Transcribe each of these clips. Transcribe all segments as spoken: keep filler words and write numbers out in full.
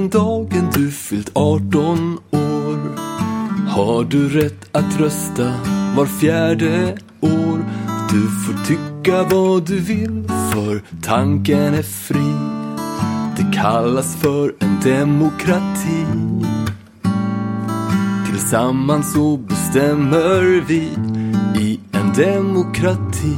den dagen du fyllt arton år har du rätt att rösta var fjärde år. Du får tycka vad du vill för tanken är fri. Det kallas för en demokrati. Tillsammans så bestämmer vi i en demokrati.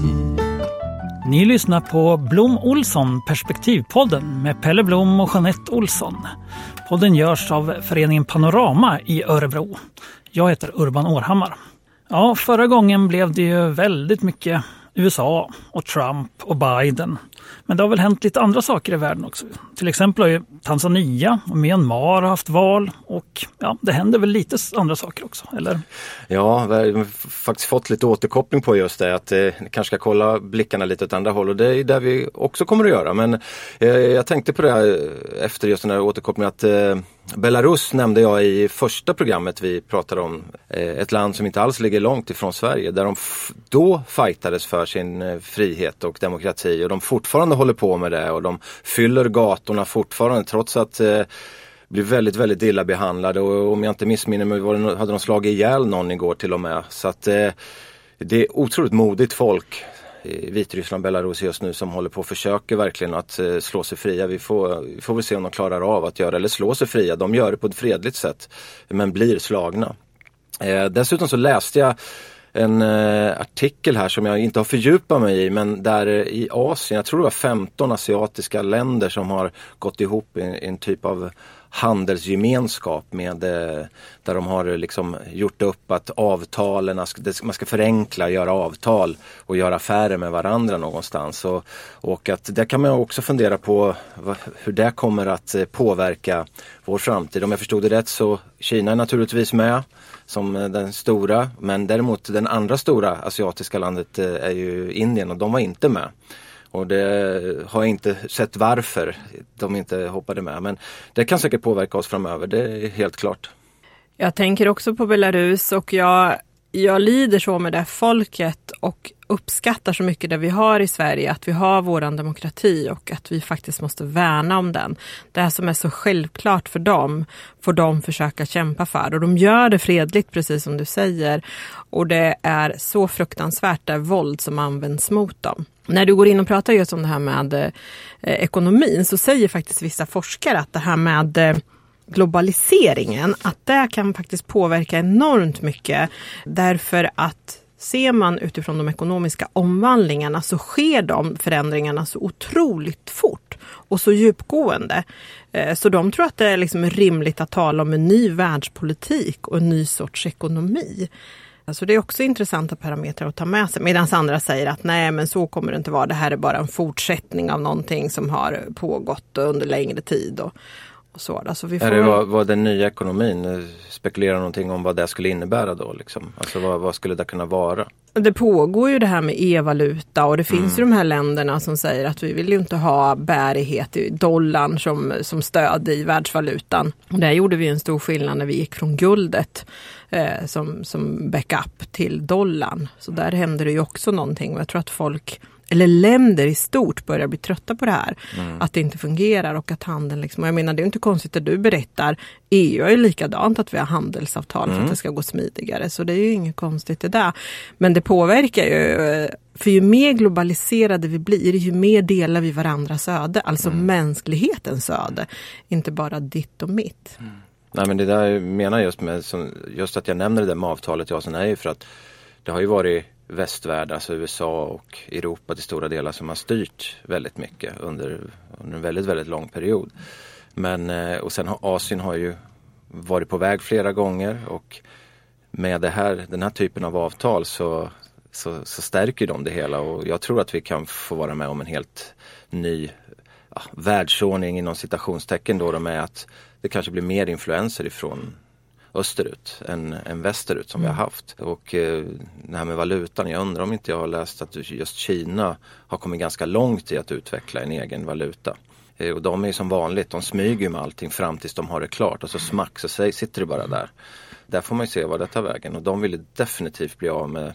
Ni lyssnar på Blom Olsson Perspektivpodden med Pelle Blom och Jeanette Olsson. Podden görs av föreningen Panorama i Örebro. Jag heter Urban Århammar. Ja, förra gången blev det ju väldigt mycket U S A och Trump och Biden. Men det har väl hänt lite andra saker i världen också. Till exempel har ju Tanzania och Myanmar haft val och ja, det händer väl lite andra saker också, eller? Ja, vi har faktiskt fått lite återkoppling på just det, att eh, kanske ska kolla blickarna lite åt andra håll och det är där vi också kommer att göra. Men eh, jag tänkte på det här efter just den här återkopplingen att eh, Belarus nämnde jag i första programmet vi pratade om. Eh, ett land som inte alls ligger långt ifrån Sverige, där de f- då fightades för sin eh, frihet och demokrati och de fortfarande håller på med det och de fyller gatorna fortfarande trots att eh, blir väldigt, väldigt illa behandlade och om jag inte missminner mig var det, hade de slagit ihjäl någon igår till och med. Så att eh, det är otroligt modigt folk i Vitryssland, Belarus just nu som håller på och försöker verkligen att eh, slå sig fria. Vi får, vi får väl se om de klarar av att göra eller slå sig fria. De gör det på ett fredligt sätt men blir slagna. Eh, dessutom så läste jag en eh, artikel här som jag inte har fördjupat mig i, men där eh, i Asien, jag tror det var femton asiatiska länder som har gått ihop i en typ av handelsgemenskap med eh, där de har liksom gjort upp att avtalen, man ska förenkla, göra avtal och göra affärer med varandra någonstans och, och att där kan man också fundera på vad, hur det kommer att eh, påverka vår framtid. Om jag förstod det rätt så Kina är naturligtvis med som den stora, men däremot den andra stora asiatiska landet är ju Indien och de var inte med. Och det har jag inte sett varför de inte hoppade med, men det kan säkert påverka oss framöver, det är helt klart. Jag tänker också på Belarus och jag, jag lider så med det folket och uppskattar så mycket det vi har i Sverige, att vi har våran demokrati och att vi faktiskt måste värna om den. Det här som är så självklart för dem får de försöka kämpa för och de gör det fredligt precis som du säger och det är så fruktansvärt det våld som används mot dem. När du går in och pratar just om det här med eh, ekonomin så säger faktiskt vissa forskare att det här med eh, globaliseringen, att det kan faktiskt påverka enormt mycket därför att ser man utifrån de ekonomiska omvandlingarna så sker de förändringarna så otroligt fort och så djupgående. Så de tror att det är liksom rimligt att tala om en ny världspolitik och en ny sorts ekonomi. Så det är också intressanta parametrar att ta med sig. Medan andra säger att nej, men så kommer det inte vara. Det här är bara en fortsättning av någonting som har pågått under längre tid och Och så, alltså vi får... Är det vad, vad den nya ekonomin spekulerar någonting om vad det skulle innebära då? Liksom? Alltså vad, vad skulle det kunna vara? Det pågår ju det här med e-valuta och det finns mm. ju de här länderna som säger att vi vill ju inte ha bärighet i dollarn som, som stöd i världsvalutan. Och där gjorde vi en stor skillnad när vi gick från guldet eh, som, som backup till dollarn. Så där händer det ju också någonting och jag tror att folk... eller länder i stort börjar bli trötta på det här. Mm. Att det inte fungerar och att handeln liksom, och jag menar det är inte konstigt att du berättar, E U är likadant att vi har handelsavtal mm. för att det ska gå smidigare. Så det är ju inget konstigt det där. Men det påverkar ju, för ju mer globaliserade vi blir, ju mer delar vi varandras öde. Alltså mm. mänsklighetens öde. Inte bara ditt och mitt. Mm. Nej men det där jag menar just med, just att jag nämner det där med avtalet, ja, sen är ju för att det har ju varit västvärld, alltså U S A och Europa till stora delar som har styrt väldigt mycket under, under en väldigt, väldigt lång period. Men, och sen har Asien har ju varit på väg flera gånger och med det här, den här typen av avtal så, så, så stärker de det hela och jag tror att vi kan få vara med om en helt ny ja, världsordning inom citationstecken då, då med att det kanske blir mer influenser ifrån österut än, än västerut som mm. vi har haft. Och eh, det här med valutan, jag undrar om inte jag har läst att just Kina har kommit ganska långt i att utveckla en egen valuta. Eh, och de är som vanligt, de smyger med allting fram tills de har det klart och så smack så sitter det bara där. Där får man ju se vad det tar vägen och de vill definitivt bli av med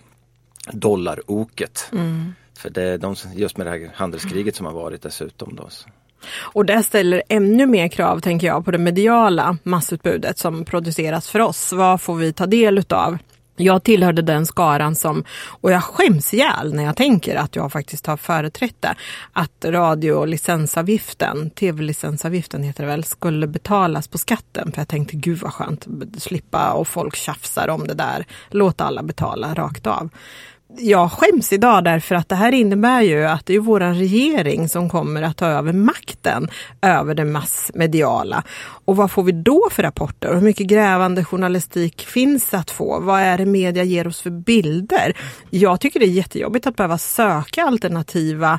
dollaroket. Mm. För det är de, just med det här handelskriget som har varit dessutom då. Och det ställer ännu mer krav, tänker jag, på det mediala massutbudet som produceras för oss. Vad får vi ta del utav? Jag tillhörde den skaran som, och jag skäms ihjäl när jag tänker att jag faktiskt har företrätt det, att radiolicensavgiften, tv-licensavgiften heter det väl, skulle betalas på skatten. För jag tänkte, gud vad skönt, slippa och folk tjafsar om det där. Låt alla betala rakt av. Jag skäms idag därför att det här innebär ju att det är vår regering som kommer att ta över makten över det massmediala. Och vad får vi då för rapporter? Hur mycket grävande journalistik finns att få? Vad är det media ger oss för bilder? Jag tycker det är jättejobbigt att behöva söka alternativa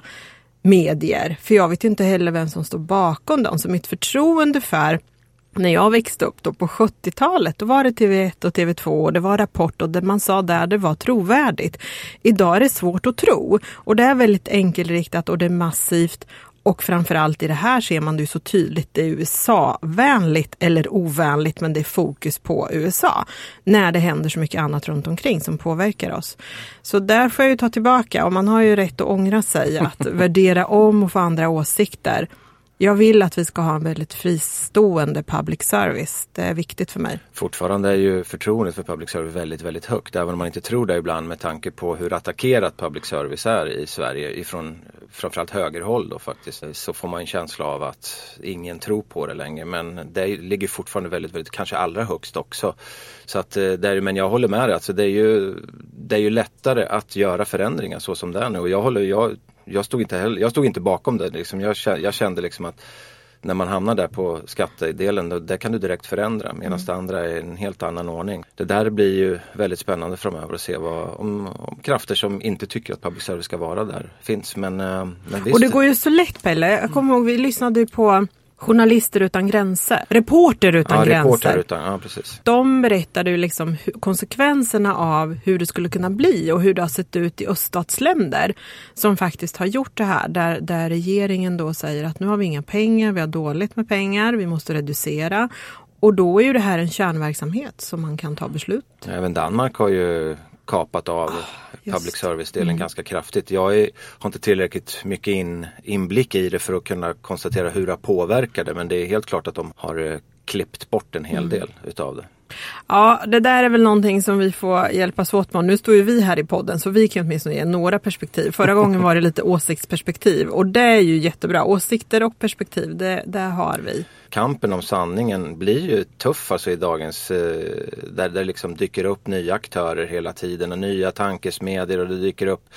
medier. För jag vet inte heller vem som står bakom dem. Så mitt förtroende för... När jag växte upp då på sjuttiotalet, då var det T V ett och T V två och det var Rapport och det man sa där, det var trovärdigt. Idag är det svårt att tro och det är väldigt enkelriktat och det är massivt. Och framförallt i det här ser man det ju så tydligt, det är U S A-vänligt eller ovänligt, men det är fokus på U S A. När det händer så mycket annat runt omkring som påverkar oss. Så där får jag ju ta tillbaka, och man har ju rätt att ångra sig, att värdera om och få andra åsikter. Jag vill att vi ska ha en väldigt fristående public service. Det är viktigt för mig. Fortfarande är ju förtroendet för public service väldigt, väldigt högt. Även om man inte tror det ibland med tanke på hur attackerat public service är i Sverige. Ifrån framförallt högerhåll då faktiskt. Så får man en känsla av att ingen tror på det längre. Men det ligger fortfarande väldigt, väldigt kanske allra högst också. Så att det är, men jag håller med dig. Alltså det är ju, det är ju lättare att göra förändringar så som det är nu. Och jag håller... Jag, Jag stod inte heller, jag stod inte bakom det. Liksom. Jag, kände, jag kände liksom att när man hamnar där på skattedelen, då, där kan du direkt förändra. Medan mm. det andra är en helt annan ordning. Det där blir ju väldigt spännande framöver att se vad, om, om krafter som inte tycker att public service ska vara där finns. Men, men visst. Och det går ju så lätt, Pelle. Jag kommer ihåg, vi lyssnade ju på Journalister utan gränser. Reporter utan ja, gränser. Reporter utan, ja, precis. De berättade ju liksom konsekvenserna av hur det skulle kunna bli och hur det har sett ut i öststatsländer som faktiskt har gjort det här. Där, där regeringen då säger att nu har vi inga pengar, vi har dåligt med pengar, vi måste reducera. Och då är ju det här en kärnverksamhet som man kan ta beslut. Även Danmark har ju kapat av oh, public service-delen mm. ganska kraftigt. Jag är, har inte tillräckligt mycket in, inblick i det för att kunna konstatera hur det påverkar det, men det är helt klart att de har eh, klippt bort en hel mm. del utav det. Ja, det där är väl någonting som vi får hjälpas åt med. Nu står ju vi här i podden så vi kan åtminstone ge några perspektiv. Förra gången var det lite åsiktsperspektiv och det är ju jättebra. Åsikter och perspektiv, det, det har vi. Kampen om sanningen blir ju tuff alltså i dagens, eh, där det liksom dyker upp nya aktörer hela tiden och nya tankesmedier och det dyker upp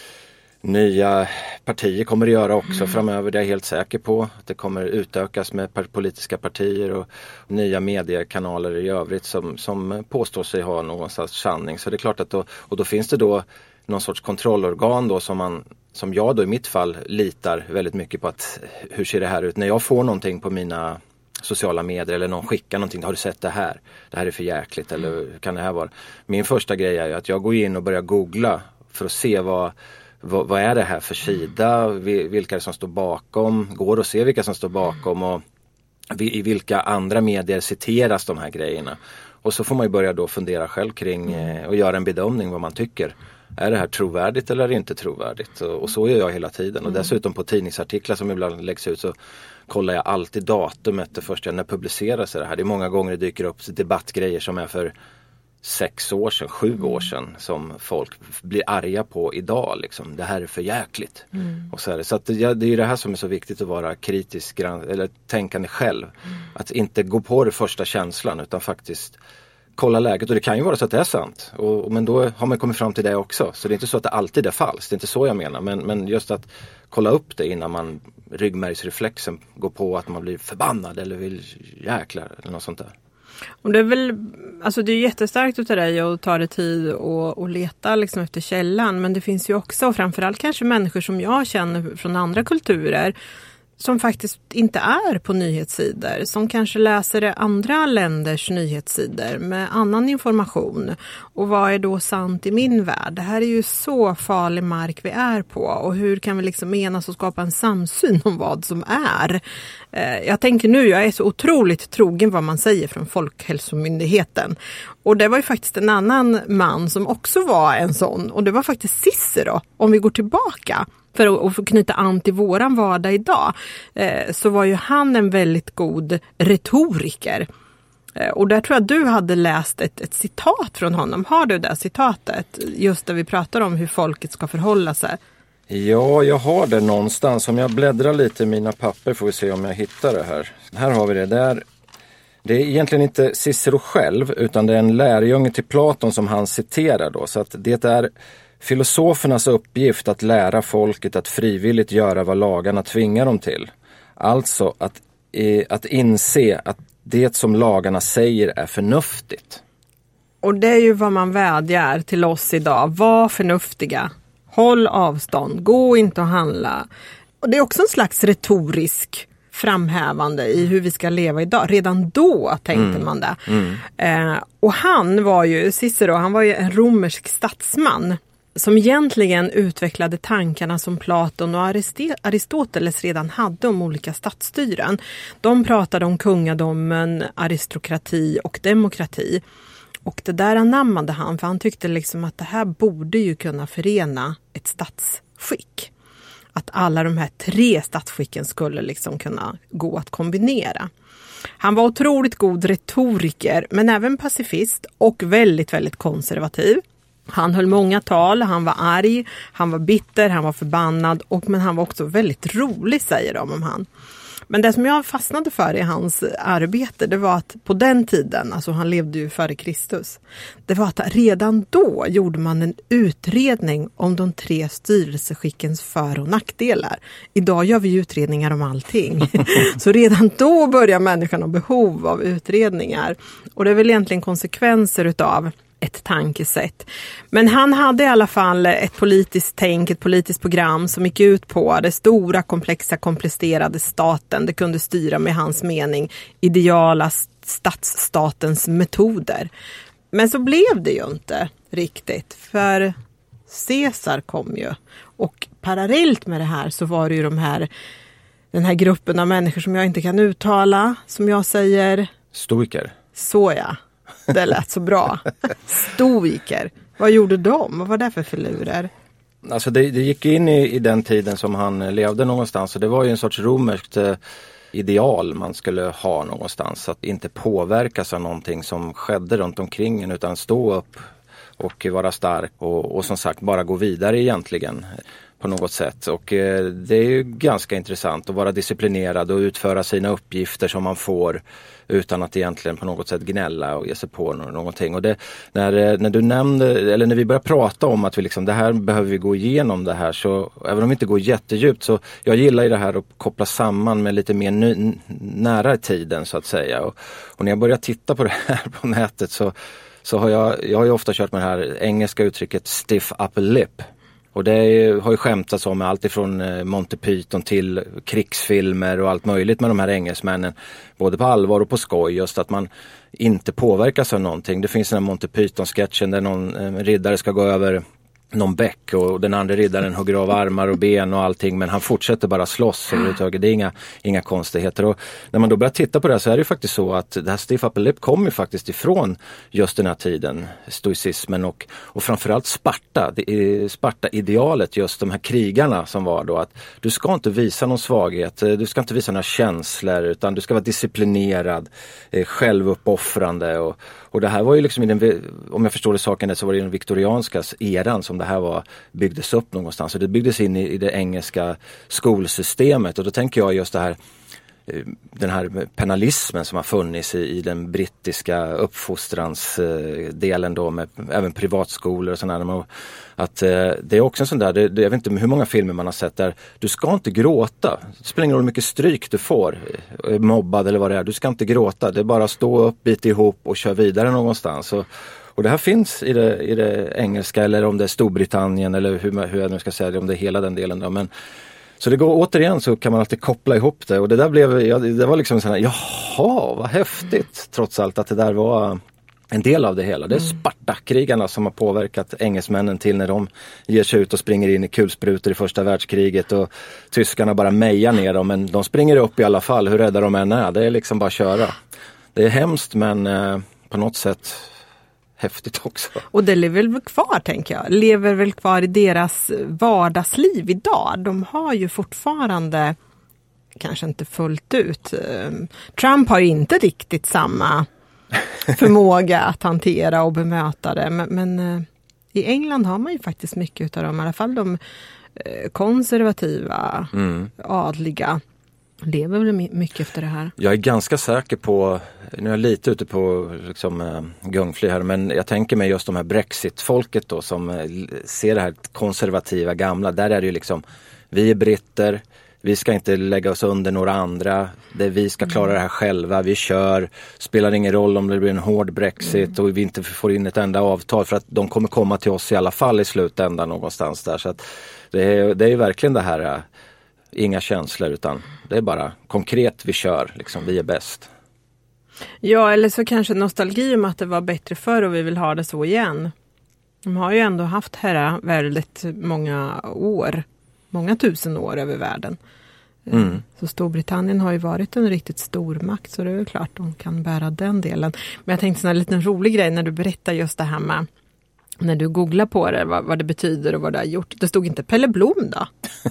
nya partier kommer det göra också mm. framöver, det är jag helt säker på. Det kommer utökas med politiska partier och nya mediekanaler i övrigt som, som påstår sig ha någonstans sanning. Så det är klart att då, och då finns det då någon sorts kontrollorgan då som man, som jag då i mitt fall litar väldigt mycket på att hur ser det här ut? När jag får någonting på mina sociala medier eller någon skickar någonting, har du sett det här? Det här är för jäkligt eller kan det här vara? Min första grej är ju att jag går in och börjar googla för att se vad Vad, vad är det här för sida? Vilka som står bakom? Går att se vilka som står bakom? Och i vilka andra medier citeras de här grejerna? Och så får man ju börja då fundera själv kring eh, och göra en bedömning vad man tycker. Är det här trovärdigt eller är det inte trovärdigt? Och, och så gör jag hela tiden. Och dessutom på tidningsartiklar som ibland läggs ut så kollar jag alltid datumet det första när publiceras det här. Det är många gånger det dyker upp debattgrejer som är för sex år sedan, sju år sedan som folk blir arga på idag. Liksom. Det här är för jäkligt. Mm. Och så är det. Så att det, det är ju det här som är så viktigt att vara kritisk eller tänkande själv. Mm. Att inte gå på det första känslan utan faktiskt kolla läget. Och det kan ju vara så att det är sant. Och, men då har man kommit fram till det också. Så det är inte så att det alltid är falskt. Det är inte så jag menar. Men, men just att kolla upp det innan man ryggmärgsreflexen går på att man blir förbannad eller vill jäklar eller något sånt där. Och det är väl, alltså det är jättestarkt utav dig att ta det tid och, och leta liksom efter källan. Men det finns ju också, framförallt kanske människor som jag känner från andra kulturer som faktiskt inte är på nyhetssidor. Som kanske läser andra länders nyhetssidor med annan information. Och vad är då sant i min värld? Det här är ju så farlig mark vi är på. Och hur kan vi liksom enas och skapa en samsyn om vad som är? Jag tänker nu, jag är så otroligt trogen vad man säger från Folkhälsomyndigheten. Och det var ju faktiskt en annan man som också var en sån. Och det var faktiskt Cicero, om vi går tillbaka. För att få knyta an till våran vardag idag. Eh, så var ju han en väldigt god retoriker. Eh, och där tror jag du hade läst ett, ett citat från honom. Har du det citatet? Just där vi pratar om hur folket ska förhålla sig. Ja, jag har det någonstans. Om jag bläddrar lite i mina papper får vi se om jag hittar det här. Här har vi det där. Det är egentligen inte Cicero själv utan det är en lärjunge till Platon som han citerar då. Så att det är filosofernas uppgift att lära folket att frivilligt göra vad lagarna tvingar dem till. Alltså att, eh, att inse att det som lagarna säger är förnuftigt. Och det är ju vad man vädjar till oss idag. Var förnuftiga. Håll avstånd. Gå inte och handla. Och det är också en slags retorisk framhävande i hur vi ska leva idag. Redan då tänkte mm. man det. Mm. Eh, och han var ju, Cicero, han var ju en romersk statsman som egentligen utvecklade tankarna som Platon och Aristoteles redan hade om olika statsstyren. De pratade om kungadomen, aristokrati och demokrati. Och det där anammade han, för han tyckte liksom att det här borde ju kunna förena ett statsskick. Att alla de här tre statsskicken skulle liksom kunna gå att kombinera. Han var otroligt god retoriker men även pacifist och väldigt, väldigt konservativ. Han höll många tal, han var arg, han var bitter, han var förbannad och, men han var också väldigt rolig, säger de om han. Men det som jag fastnade för i hans arbete, det var att på den tiden, alltså han levde ju före Kristus, det var att redan då gjorde man en utredning om de tre styrelseskickens för- och nackdelar. Idag gör vi utredningar om allting. Så redan då börjar människan ha behov av utredningar. Och det är väl egentligen konsekvenser utav ett tankesätt. Men han hade i alla fall ett politiskt tänk, ett politiskt program som gick ut på det stora, komplexa, komplicerade staten. Det kunde styra med hans mening ideala stadsstatens metoder. Men så blev det ju inte riktigt, för Caesar kom ju. Och parallellt med det här så var det ju de här, den här gruppen av människor som jag inte kan uttala, som jag säger... Stoiker. Så ja. Det lät så bra. Stoiker. Vad gjorde de? Vad var det för filurer? Alltså det, det gick in i, i den tiden som han levde någonstans. Så det var ju en sorts romerskt eh, ideal man skulle ha någonstans. Att inte påverkas av någonting som skedde runt omkring en, utan stå upp och vara stark. Och, och som sagt bara gå vidare egentligen på något sätt. Och eh, det är ju ganska intressant att vara disciplinerad och utföra sina uppgifter som man får utan att egentligen på något sätt gnälla och ge sig på någonting. Och det, när, när du nämnde, eller när vi började prata om att vi liksom, det här behöver vi gå igenom det här, så även om vi inte går jättedjupt, så jag gillar ju det här att koppla samman med lite mer ny, nära tiden så att säga. Och, och när jag börjar titta på det här på nätet så, så har jag, jag har ju ofta kört med det här engelska uttrycket stiff upper lip. Och det har ju skämtats om allt ifrån Monty Python till krigsfilmer och allt möjligt med de här engelsmännen. Både på allvar och på skoj, just att man inte påverkas av någonting. Det finns den här Monty Python-sketchen där någon riddare ska gå över någon bäck och den andra riddaren hugger av armar och ben och allting, men han fortsätter bara slåss överhuvudtaget. Det är inga, inga konstigheter. Och när man då börjar titta på det här så är det ju faktiskt så att det här stiff upper lip kommer ju faktiskt ifrån just den här tiden, stoicismen och, och framförallt Sparta, det är Sparta-idealet, just de här krigarna som var då, att du ska inte visa någon svaghet, du ska inte visa några känslor, utan du ska vara disciplinerad, självuppoffrande och, och det här var ju liksom i den, om jag förstår det saken, så var det den viktorianska eran som det här var, byggdes upp någonstans. Och det byggdes in i, i det engelska skolsystemet. Och då tänker jag just det här, den här penalismen som har funnits i, i den brittiska uppfostransdelen då, med även privatskolor och sådär. Att eh, det är också en sån där, det, det, jag vet inte hur många filmer man har sett där, du ska inte gråta. Det spelar ingen roll hur mycket stryk du får, mobbad eller vad det är. Du ska inte gråta, det är bara stå upp, bita ihop och köra vidare någonstans. Och, och det här finns i det, i det engelska, eller om det är Storbritannien eller hur, hur jag nu ska säga det, om det är hela den delen då. Men så det går, återigen så kan man alltid koppla ihop det. Och det där blev, ja, det var liksom sådär, jaha, vad häftigt trots allt att det där var en del av det hela. Det är Spartakrigarna som har påverkat engelsmännen till när de ger sig ut och springer in i kulsprutor i första världskriget. Och tyskarna bara mejar ner dem, men de springer upp i alla fall, hur rädda de än är. Det är liksom bara köra. Det är hemskt, men eh, på något sätt häftigt också. Och det lever väl kvar, tänker jag. Lever väl kvar i deras vardagsliv idag. De har ju fortfarande, kanske inte fullt ut. Trump har ju inte riktigt samma förmåga att hantera och bemöta det. Men, men i England har man ju faktiskt mycket av dem. I alla fall de konservativa, mm. adliga. Lever väl mycket efter det här? Jag är ganska säker på, nu är jag lite ute på liksom, äh, gungfly här, men jag tänker mig just de här Brexit-folket då som äh, ser det här konservativa gamla. Där är det ju liksom, vi är britter, vi ska inte lägga oss under några andra, det, vi ska klara mm. det här själva, vi kör, spelar ingen roll om det blir en hård Brexit mm. och vi inte får in ett enda avtal för att de kommer komma till oss i alla fall i slutändan någonstans där. Så att det är, det är ju verkligen det här, äh, inga känslor utan det är bara konkret vi kör, liksom, vi är bäst. Ja, eller så kanske nostalgi om att det var bättre förr och vi vill ha det så igen. De har ju ändå haft här väldigt många år, många tusen år över världen. Mm. Så Storbritannien har ju varit en riktigt stor makt, så det är väl klart de kan bära den delen. Men jag tänkte en liten rolig grej när du berättar just det här med när du googlar på det, vad, vad det betyder och vad du har gjort. Det stod inte Pelle Blom då?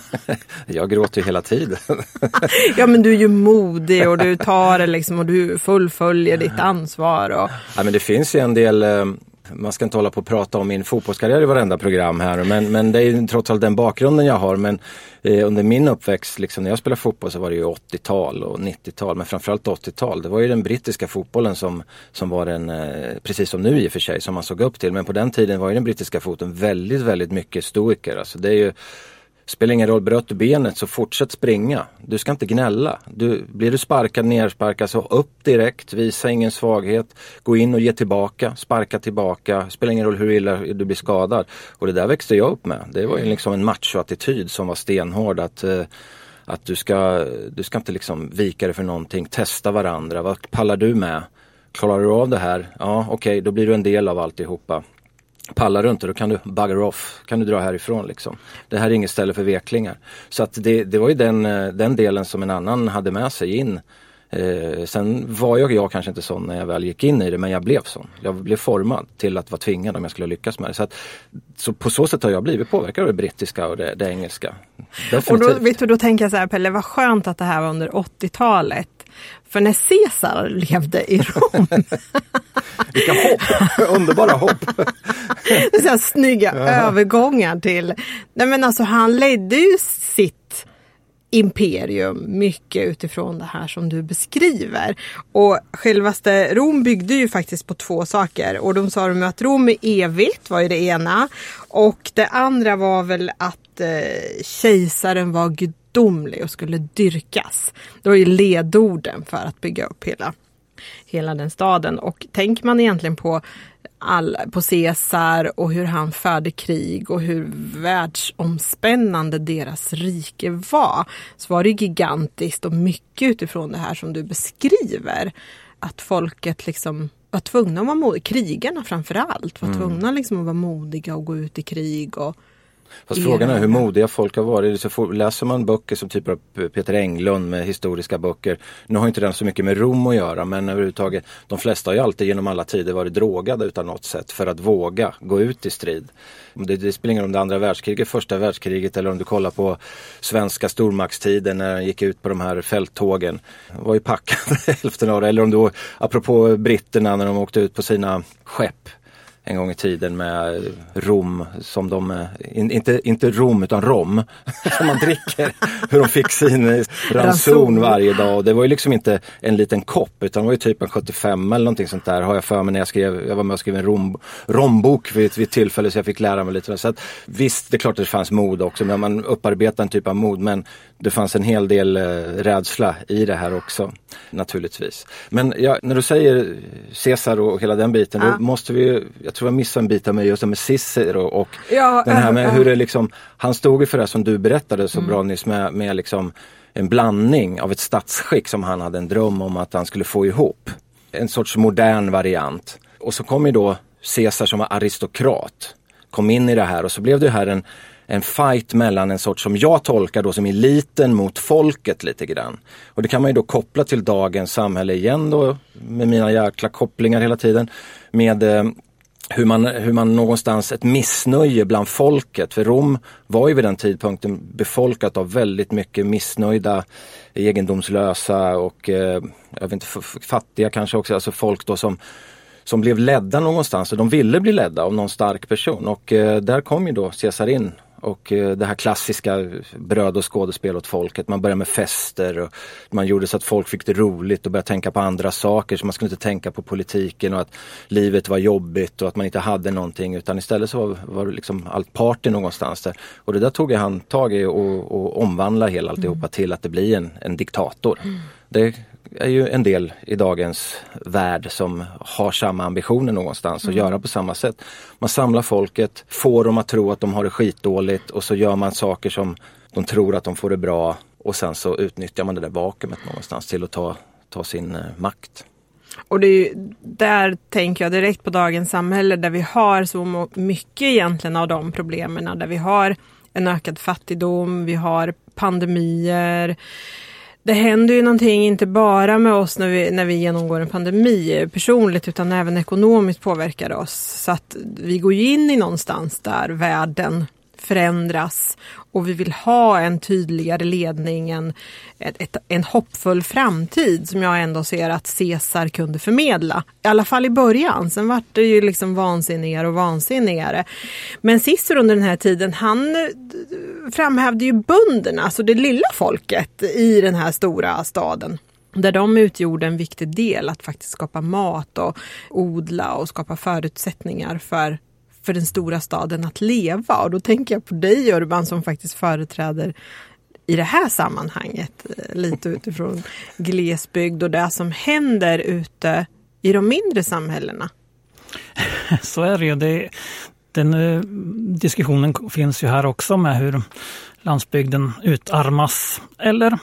Jag gråter ju hela tiden. Ja, men du är ju modig och du tar det liksom och du fullföljer ditt ansvar. Och... Ja, men det finns ju en del, man ska inte hålla på och prata om min fotbollskarriär i varenda program här, men, men det är ju trots allt den bakgrunden jag har. Men eh, under min uppväxt, liksom, när jag spelade fotboll så var det ju åttiotal och nittiotal, men framförallt åttiotal. Det var ju den brittiska fotbollen som, som var den, eh, precis som nu i och för sig, som man såg upp till. Men på den tiden var ju den brittiska foten väldigt, väldigt mycket stoiker. Alltså det är ju, spelar ingen roll, bröt du benet så fortsätt springa. Du ska inte gnälla. Du, blir du sparkad, nersparkad så upp direkt, visa ingen svaghet. Gå in och ge tillbaka, sparka tillbaka. Spelar ingen roll hur illa du blir skadad. Och det där växte jag upp med. Det var ju liksom en macho-attityd som var stenhård. Att, att du, ska, du ska inte liksom vika dig för någonting. Testa varandra. Vad pallar du med? Klarar du av det här? Ja, okej, okay, då blir du en del av alltihopa. Pallar du inte, då kan du bugger off, kan du dra härifrån liksom. Det här är inget ställe för veklingar. Så att det, det var ju den, den delen som en annan hade med sig in. Eh, sen var jag, jag kanske inte sån när jag väl gick in i det, men jag blev sån. Jag blev formad till att vara tvingad om jag skulle lyckas med det. Så, att, så på så sätt har jag blivit påverkad av det brittiska och det, det engelska. Definitivt. Och då, vet du, då tänker jag så här, Pelle, vad skönt att det här var under åttiotalet. För när Caesar levde i Rom. Vilka hopp, underbara hopp. Det är så här snygga ja. övergångar till, nej men alltså han ledde ju sitt imperium mycket utifrån det här som du beskriver. Och självaste Rom byggde ju faktiskt på två saker. Och de sa de att Rom är evigt, var ju det ena. Och det andra var väl att eh, kejsaren var gudomlig och skulle dyrkas. Det var ju ledorden för att bygga upp hela, hela den staden. Och tänker man egentligen på All, på Caesar och hur han förde krig och hur världsomspännande deras rike var, så var det gigantiskt och mycket utifrån det här som du beskriver, att folket liksom var tvungna att vara modiga, krigarna framförallt var tvungna liksom att vara modiga och gå ut i krig. Och fast frågan är hur modiga folk har varit. Så får, läser man böcker som typ av Peter Englund med historiska böcker. Nu har inte den så mycket med Rom att göra, men överhuvudtaget, de flesta har ju alltid genom alla tider varit drogade utan något sätt för att våga gå ut i strid. Det, det spelar ingen roll om det andra världskriget, första världskriget, eller om du kollar på svenska stormaktstiden när den gick ut på de här fälttågen. Det var ju packade hälften av det. Eller om du, apropå britterna när de åkte ut på sina skepp en gång i tiden med rom som de, in, inte, inte rom utan rom som man dricker, hur de fick sin ranson varje dag. Och det var ju liksom inte en liten kopp utan det var ju typ en sjuttiofem eller någonting sånt där, har jag för mig när jag skrev, jag var med och skrev en rom, rombok vid, vid ett tillfälle så jag fick lära mig lite. Så att, visst, det är klart att det fanns mod också, men man upparbetar en typ av mod, men det fanns en hel del eh, rädsla i det här också, naturligtvis. Men ja, när du säger Caesar och hela den biten, ja. Då måste vi, jag tror jag missade en bit av mig just med Cicero och, och ja, den här med äh, hur det liksom, han stod ju för det som du berättade så mm. bra nyss med, med liksom en blandning av ett statsskick som han hade en dröm om att han skulle få ihop. En sorts modern variant. Och så kom ju då Caesar som var aristokrat, kom in i det här och så blev det här en en fight mellan en sorts som jag tolkar då som eliten mot folket lite grann. Och det kan man ju då koppla till dagens samhälle igen då med mina jäkla kopplingar hela tiden med eh, hur man, hur man någonstans ett missnöje bland folket. För Rom var ju vid den tidpunkten befolkat av väldigt mycket missnöjda, egendomslösa och eh, jag vet inte, fattiga kanske också. Alltså folk då som, som blev ledda någonstans och de ville bli ledda av någon stark person. Och eh, där kom ju då Caesar in. Och eh, det här klassiska bröd och skådespel åt folket. Man började med fester och man gjorde så att folk fick det roligt och började tänka på andra saker. Så man skulle inte tänka på politiken och att livet var jobbigt och att man inte hade någonting. Utan istället så var, var det liksom allt party någonstans där. Och det där tog jag han tag i och, och omvandla hela alltihopa mm. till att det blir en, en diktator. Mm. Det är ju en del i dagens värld som har samma ambitioner någonstans mm. att göra på samma sätt. Man samlar folket, får dem att tro att de har det skitdåligt och så gör man saker som de tror att de får det bra och sen så utnyttjar man det där vakuumet någonstans till att ta, ta sin eh, makt. Och det är ju, där tänker jag direkt på dagens samhälle där vi har så mycket egentligen av de problemen, där vi har en ökad fattigdom, vi har pandemier. Det händer ju någonting inte bara med oss när vi, när vi genomgår en pandemi personligt utan även ekonomiskt påverkar oss. Så att vi går ju in i någonstans där världen förändras och vi vill ha en tydligare ledning, en, ett, ett, en hoppfull framtid som jag ändå ser att Caesar kunde förmedla. I alla fall i början, sen var det ju liksom vansinnigare och vansinnigare. Men Cicero under den här tiden, han framhävde ju bönderna, alltså det lilla folket i den här stora staden. Där de utgjorde en viktig del att faktiskt skapa mat och odla och skapa förutsättningar för för den stora staden att leva. Och då tänker jag på dig, Urban, som faktiskt företräder i det här sammanhanget lite utifrån glesbygd och det som händer ute i de mindre samhällena. Så är det ju. Det, den uh, diskussionen finns ju här också med hur landsbygden utarmas eller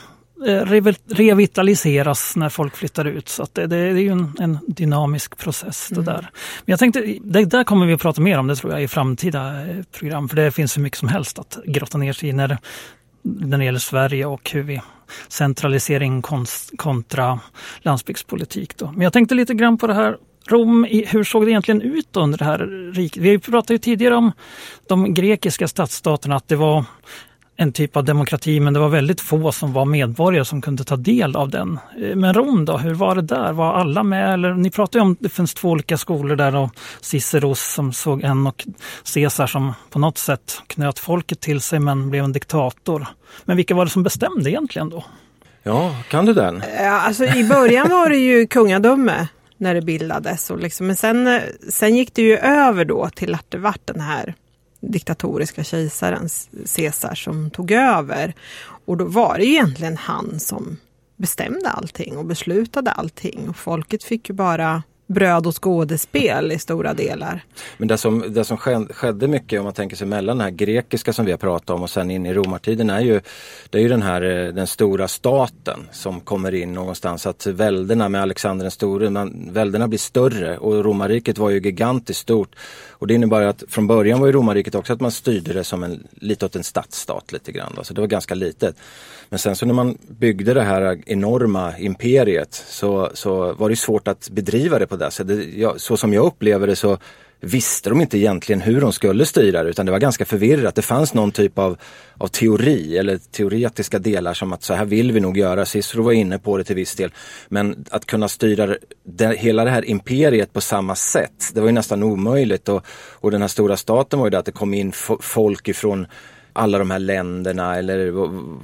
revitaliseras när folk flyttar ut. Så att det, det är ju en, en dynamisk process det där. Men jag tänkte, det där kommer vi att prata mer om det tror jag i framtida program. För det finns så mycket som helst att grotta ner sig i när, när det gäller Sverige och hur vi centralisering kontra landsbygdspolitik då. Men jag tänkte lite grann på det här Rom, hur såg det egentligen ut under det här riket? Vi pratade ju tidigare om de grekiska stadsstaterna att det var en typ av demokrati men det var väldigt få som var medborgare som kunde ta del av den. Men Rom då, hur var det där? Var alla med? Eller, ni pratar ju om det finns två olika skolor där och Ciceros som såg en och Caesar som på något sätt knöt folket till sig men blev en diktator. Men vilka var det som bestämde egentligen då? Ja, kan du den? Ja, alltså i början var det ju kungadöme när det bildades. Och liksom, men sen, sen gick det ju över då till att det var den här diktatoriska kejsaren Caesar som tog över. Och då var det ju egentligen han som bestämde allting och beslutade allting. Och folket fick ju bara bröd och skådespel i stora delar. Men det som, det som skedde mycket om man tänker sig mellan den här grekiska som vi har pratat om och sen in i romartiden är ju, det är ju den här den stora staten som kommer in någonstans. Att välderna med Alexander den store, man, välderna blir större och romarriket var ju gigantiskt stort. Och det innebär att från början var ju romarriket också att man styrde det som en, lite åt en stadsstat lite grann. Då. Så det var ganska litet. Men sen så när man byggde det här enorma imperiet så, så var det svårt att bedriva det på det. Så, det, ja, så som jag upplever det så visste de inte egentligen hur de skulle styra det utan det var ganska förvirrat. Det fanns någon typ av, av teori eller teoretiska delar som att så här vill vi nog göra. Cicero var inne på det till viss del. Men att kunna styra det, hela det här imperiet på samma sätt, det var ju nästan omöjligt. Och, och den här stora staten var ju det att det kom in f- folk ifrån alla de här länderna eller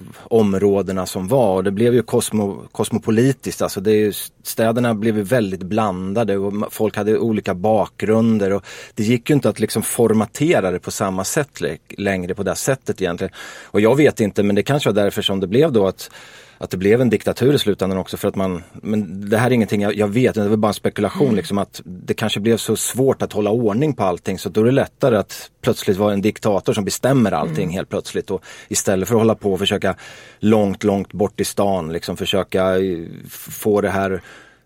områdena som var. Och det blev ju kosmo, kosmopolitiskt. Alltså det är ju, städerna blev ju väldigt blandade och folk hade olika bakgrunder. Och det gick ju inte att liksom formatera det på samma sätt längre på det sättet egentligen. Och jag vet inte, men det kanske var därför som det blev då att att det blev en diktatur i slutändan också för att man, men det här är ingenting jag, jag vet, det var bara en spekulation mm. liksom att det kanske blev så svårt att hålla ordning på allting så då är det lättare att plötsligt vara en diktator som bestämmer allting mm. helt plötsligt och istället för att hålla på och försöka långt, långt bort i stan liksom försöka få det här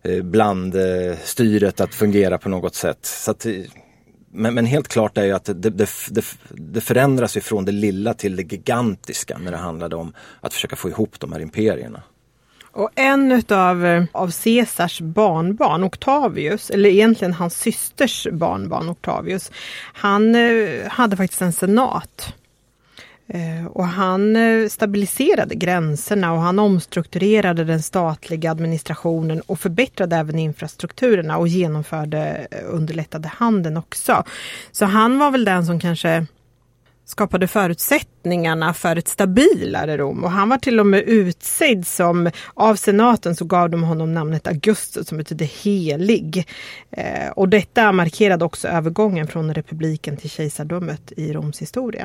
blandstyret att fungera på något sätt. Så att Men, men helt klart är ju att det, det, det, det förändras ifrån det lilla till det gigantiska när det handlade om att försöka få ihop de här imperierna. Och en utav av Caesars barnbarn, Octavius, eller egentligen hans systers barnbarn Octavius, han eh, hade faktiskt en senat. Eh, och han eh, stabiliserade gränserna och han omstrukturerade den statliga administrationen och förbättrade även infrastrukturerna och genomförde eh, underlättade handeln också. Så han var väl den som kanske skapade förutsättningarna för ett stabilare Rom. Och han var till och med utsedd som, av senaten så gav de honom namnet Augustus som betyder helig. Eh, och detta markerade också övergången från republiken till kejsardömet i Roms historia.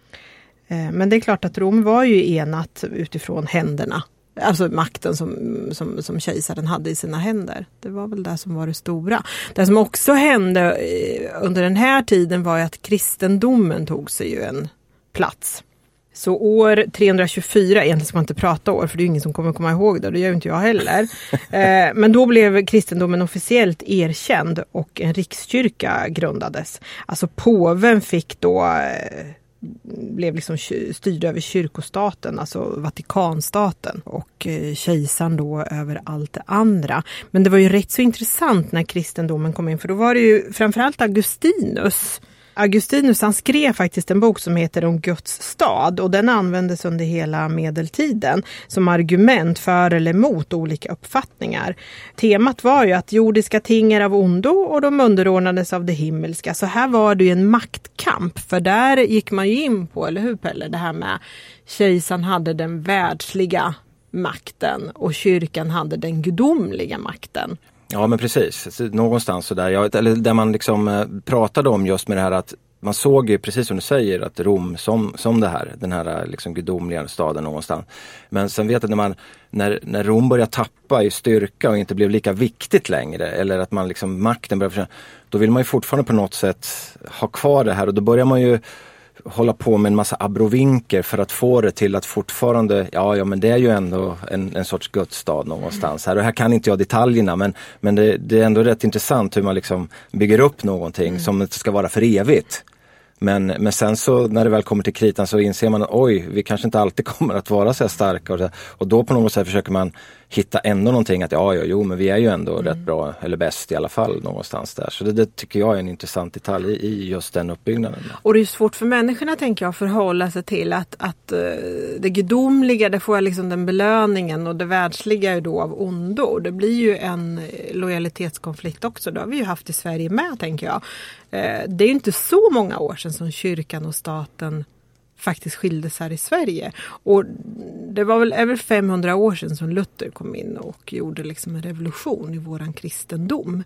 Eh, men det är klart att Rom var ju enat utifrån händerna. Alltså makten som, som, som kejsaren hade i sina händer. Det var väl det som var det stora. Det som också hände under den här tiden var att kristendomen tog sig ju en plats. Så år trehundratjugofyra, egentligen ska man inte prata år för det är ju ingen som kommer komma ihåg det, det gör ju inte jag heller. eh, men då blev kristendomen officiellt erkänd och en rikskyrka grundades. Alltså påven fick då... Eh, blev liksom styrd över kyrkostaten, alltså Vatikanstaten och eh, kejsaren då över allt det andra. Men det var ju rätt så intressant när kristendomen kom in, för då var det ju framförallt Augustinus. Augustinus han skrev faktiskt en bok som heter Om Guds stad och den användes under hela medeltiden som argument för eller emot olika uppfattningar. Temat var ju att jordiska ting är av ondo och de underordnades av det himmelska. Så här var det ju en maktkamp, för där gick man ju in på, eller hur Pelle, det här med kejsaren hade den världsliga makten och kyrkan hade den gudomliga makten. Ja men precis, någonstans så där, jag, eller där man liksom pratade om just med det här att man såg ju precis som du säger att Rom som, som det här, den här liksom gudomliga staden någonstans. Men sen vet jag när man, när, när Rom börjar tappa i styrka och inte blev lika viktigt längre, eller att man liksom makten börjar försvinna, då vill man ju fortfarande på något sätt ha kvar det här och då börjar man ju hålla på med en massa abrovinker för att få det till att fortfarande, ja, ja men det är ju ändå en, en sorts gudsstad någonstans här. Och här kan inte jag detaljerna, men, men det, det är ändå rätt intressant hur man liksom bygger upp någonting mm. som inte ska vara för evigt. Men, men sen så när det väl kommer till kritan så inser man att oj, vi kanske inte alltid kommer att vara så här starka. Och, så, och då på något sätt försöker man hitta ändå någonting att ja, ja, jo, men vi är ju ändå mm. rätt bra eller bäst i alla fall någonstans där. Så det, det tycker jag är en intressant detalj i, i just den uppbyggnaden. Och det är svårt för människorna, tänker jag, att förhålla sig till att, att uh, det gudomliga, det får liksom den belöningen och det världsliga är då av ondo. Det blir ju en lojalitetskonflikt också. Det har vi ju haft i Sverige med, tänker jag. Uh, det är ju inte så många år sedan som kyrkan och staten faktiskt skildes här i Sverige. Och det var väl över femhundra år sedan som Luther kom in och gjorde liksom en revolution i våran kristendom.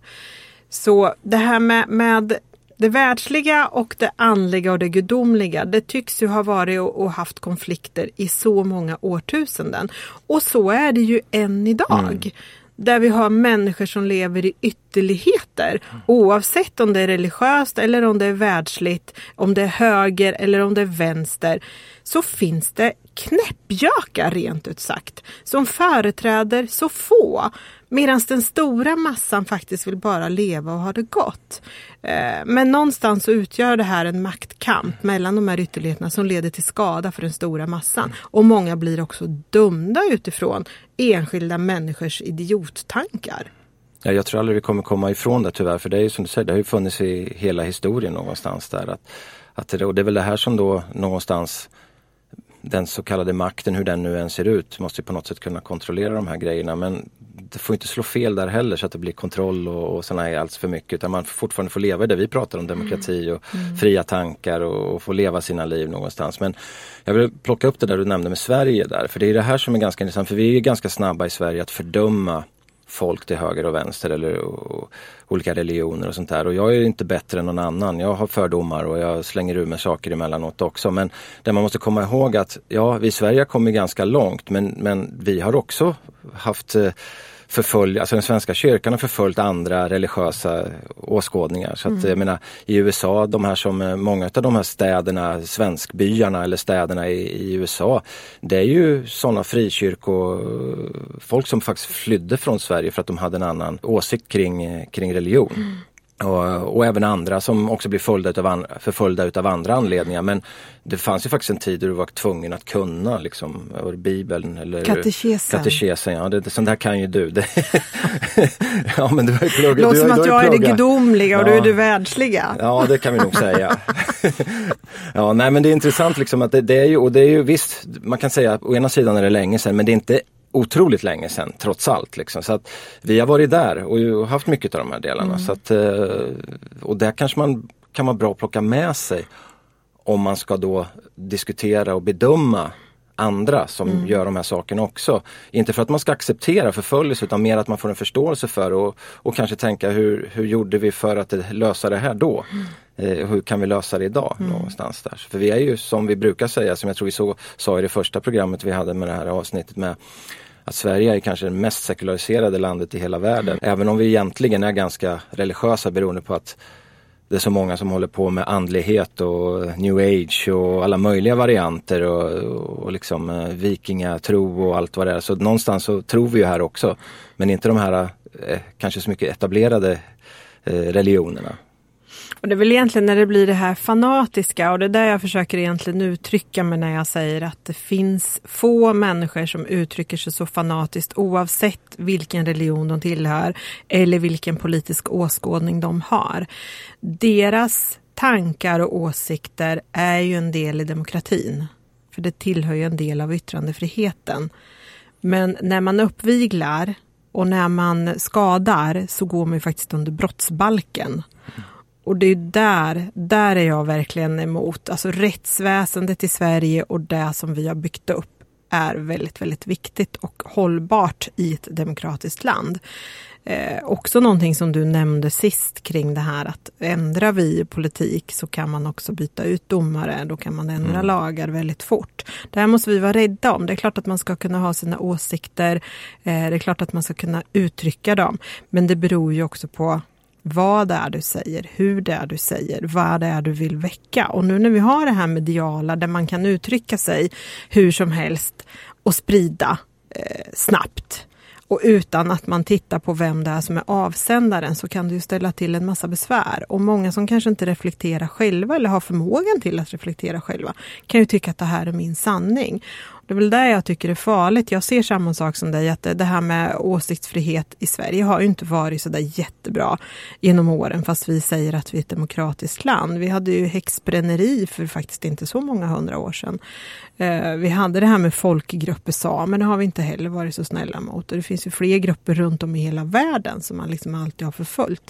Så det här med, med det världsliga och det andliga och det gudomliga, det tycks ju ha varit och, och haft konflikter i så många årtusenden. Och så är det ju än idag. Mm. Där vi har människor som lever i ytterligheter. Oavsett om det är religiöst eller om det är världsligt, om det är höger eller om det är vänster. Så finns det knäppjökar rent ut sagt. Som företräder så få. Medan den stora massan faktiskt vill bara leva och ha det gott. Men någonstans så utgör det här en maktkamp mellan de här ytterligheterna som leder till skada för den stora massan. Och många blir också dömda utifrån enskilda människors idiottankar. Ja, jag tror aldrig vi kommer komma ifrån det tyvärr, för det är ju som du säger, det har ju funnits i hela historien någonstans där. Att, att det, och det är väl det här som då någonstans, den så kallade makten, hur den nu än ser ut, måste ju på något sätt kunna kontrollera de här grejerna. Men det får inte slå fel där heller så att det blir kontroll och, och sådana här alls för mycket. Utan man fortfarande får leva i det vi pratar om, demokrati och mm. fria tankar och, och få leva sina liv någonstans. Men jag vill plocka upp det där du nämnde med Sverige där. För det är det här som är ganska intressant. För vi är ju ganska snabba i Sverige att fördöma folk till höger och vänster eller och, olika religioner och sånt där. Och jag är inte bättre än någon annan. Jag har fördomar och jag slänger ur med saker emellanåt också. Men det man måste komma ihåg att ja, vi i Sverige har kommit ganska långt, men, men vi har också haft förfölj, alltså den svenska kyrkan har förföljt andra religiösa åskådningar. Så att mm. jag menar, i U S A, de här som, många av de här städerna, svenskbyarna eller städerna i, i U S A, det är ju sådana frikyrkofolk som faktiskt flydde från Sverige för att de hade en annan åsikt kring, kring religion. Mm. Och, och även andra som också blir förföljda utav, an, förföljda utav andra anledningar. Men det fanns ju faktiskt en tid då du var tvungen att kunna liksom, var det Bibeln eller katekesen. Katekesen, ja. Det, det, sånt där kan ju du. Det, ja, men du har ju pluggat. Låter som du, att du jag är det gudomliga och ja. du är det världsliga. Ja, det kan vi nog säga. Ja, nej, men det är intressant liksom att det, det är ju, och det är ju visst, man kan säga å ena sidan är det länge sedan, men det är inte otroligt länge sedan, trots allt. Liksom. Så att vi har varit där och haft mycket av de här delarna. Mm. Så att, och där kanske man kan vara bra att plocka med sig om man ska då diskutera och bedöma andra som mm. gör de här sakerna också. Inte för att man ska acceptera förföljelse utan mer att man får en förståelse för och, och kanske tänka hur, hur gjorde vi för att lösa det här då? Mm. Eh, hur kan vi lösa det idag mm. någonstans där? För vi är ju som vi brukar säga, som jag tror vi så, sa i det första programmet vi hade med det här avsnittet med att Sverige är kanske det mest sekulariserade landet i hela världen. Mm. Även om vi egentligen är ganska religiösa beroende på att det är så många som håller på med andlighet och new age och alla möjliga varianter och, och liksom eh, vikingatro och allt vad det är. Så någonstans så tror vi ju här också. Men inte de här eh, kanske så mycket etablerade eh, religionerna. Och det är väl egentligen när det blir det här fanatiska och det är där jag försöker egentligen uttrycka mig när jag säger att det finns få människor som uttrycker sig så fanatiskt oavsett vilken religion de tillhör eller vilken politisk åskådning de har. Deras tankar och åsikter är ju en del i demokratin, för det tillhör ju en del av yttrandefriheten. Men när man uppviglar och när man skadar så går man ju faktiskt under brottsbalken. Och det är där, där är jag verkligen emot. Alltså rättsväsendet i Sverige och det som vi har byggt upp är väldigt, väldigt viktigt och hållbart i ett demokratiskt land. Eh, också någonting som du nämnde sist kring det här att ändrar vi politik så kan man också byta ut domare, då kan man ändra mm. lagar väldigt fort. Det här måste vi vara rädda om. Det är klart att man ska kunna ha sina åsikter, eh, det är klart att man ska kunna uttrycka dem, men det beror ju också på vad det är du säger, hur det är du säger, vad det är du vill väcka. Och nu när vi har det här mediala där man kan uttrycka sig hur som helst och sprida eh, snabbt och utan att man tittar på vem det är som är avsändaren, så kan det ju ställa till en massa besvär. Och många som kanske inte reflekterar själva eller har förmågan till att reflektera själva kan ju tycka att det här är min sanning. Det är väl där jag tycker det är farligt. Jag ser samma sak som dig, att det här med åsiktsfrihet i Sverige har ju inte varit så där jättebra genom åren, fast vi säger att vi är ett demokratiskt land. Vi hade ju häxbränneri för faktiskt inte så många hundra år sedan. Vi hade det här med folkgrupper samer, det har vi inte heller varit så snälla mot. Och det finns ju fler grupper runt om i hela världen som man liksom alltid har förföljt.